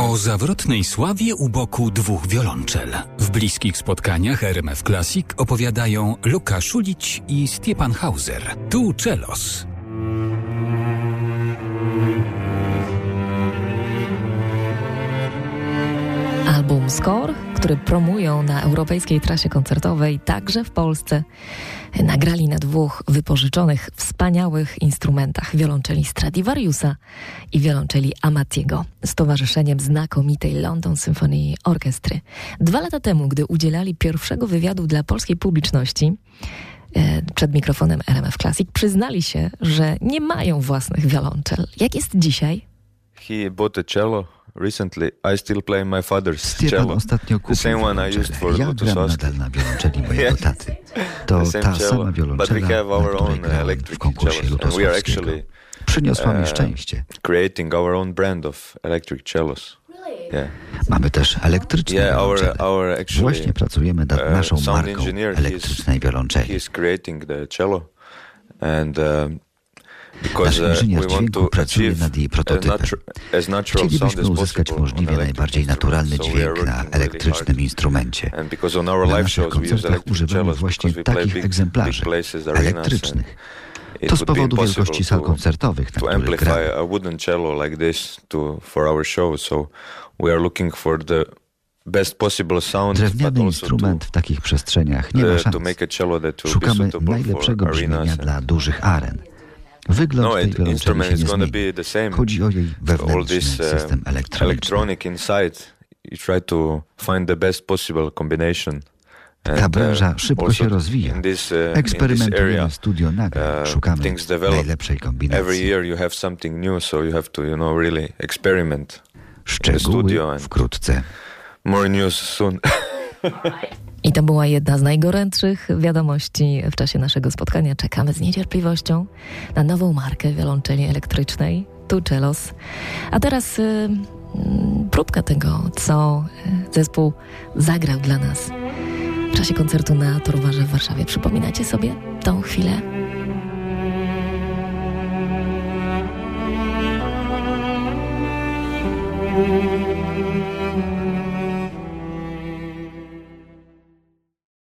O zawrotnej sławie u boku dwóch wiolonczel. W bliskich spotkaniach RMF Classic opowiadają Luka Szulić i Stjepan Hauser. Tu Czelos. Album Score, który promują na europejskiej trasie koncertowej, także w Polsce, nagrali na dwóch wypożyczonych, wspaniałych instrumentach: wiolonczeli Stradivariusa i wiolonczeli Amatiego z towarzyszeniem znakomitej London Symphony Orchestry. 2 lata temu, gdy udzielali pierwszego wywiadu dla polskiej publiczności przed mikrofonem RMF Classic, przyznali się, że nie mają własnych wiolonczel. Jak jest dzisiaj? He bought a cello recently. I still play my father's Stjepan cello. ostatnio kupił wiolonczelę. Ja gram nadal na wiolonczeli mojego taty. To ta sama wiolonczela, na której grałem w konkursie Lutosławskiego. Przyniosła mi szczęście. Creating our own brand of electric cellos. Yeah. Mamy też elektryczne wiolonczele. Właśnie pracujemy nad naszą marką elektrycznej wiolonczeli. He's creating the cello and nasz inżynier dźwięku pracuje nad jej prototypem. Chcielibyśmy uzyskać możliwie najbardziej naturalny dźwięk na elektrycznym instrumencie. Na naszych koncertach używamy właśnie takich egzemplarzy elektrycznych. To z powodu wielkości sal koncertowych, na których gramy. Drewniany instrument w takich przestrzeniach nie ma szans. Szukamy najlepszego brzmienia dla dużych aren. Wygląd tej wiolonczeli się nie zmieni. Chodzi o jej wewnętrzny system elektroniczny. Ta branża szybko się rozwija. Eksperymentujemy studio nagrań, szukamy najlepszej kombinacji. Szczegóły wkrótce. More news soon. I to była jedna z najgorętszych wiadomości w czasie naszego spotkania. Czekamy z niecierpliwością na nową markę wiolonczeli elektrycznej, tu Czelos. A teraz próbka tego, co zespół zagrał dla nas w czasie koncertu na Toruwarze w Warszawie. Przypominacie sobie tą chwilę?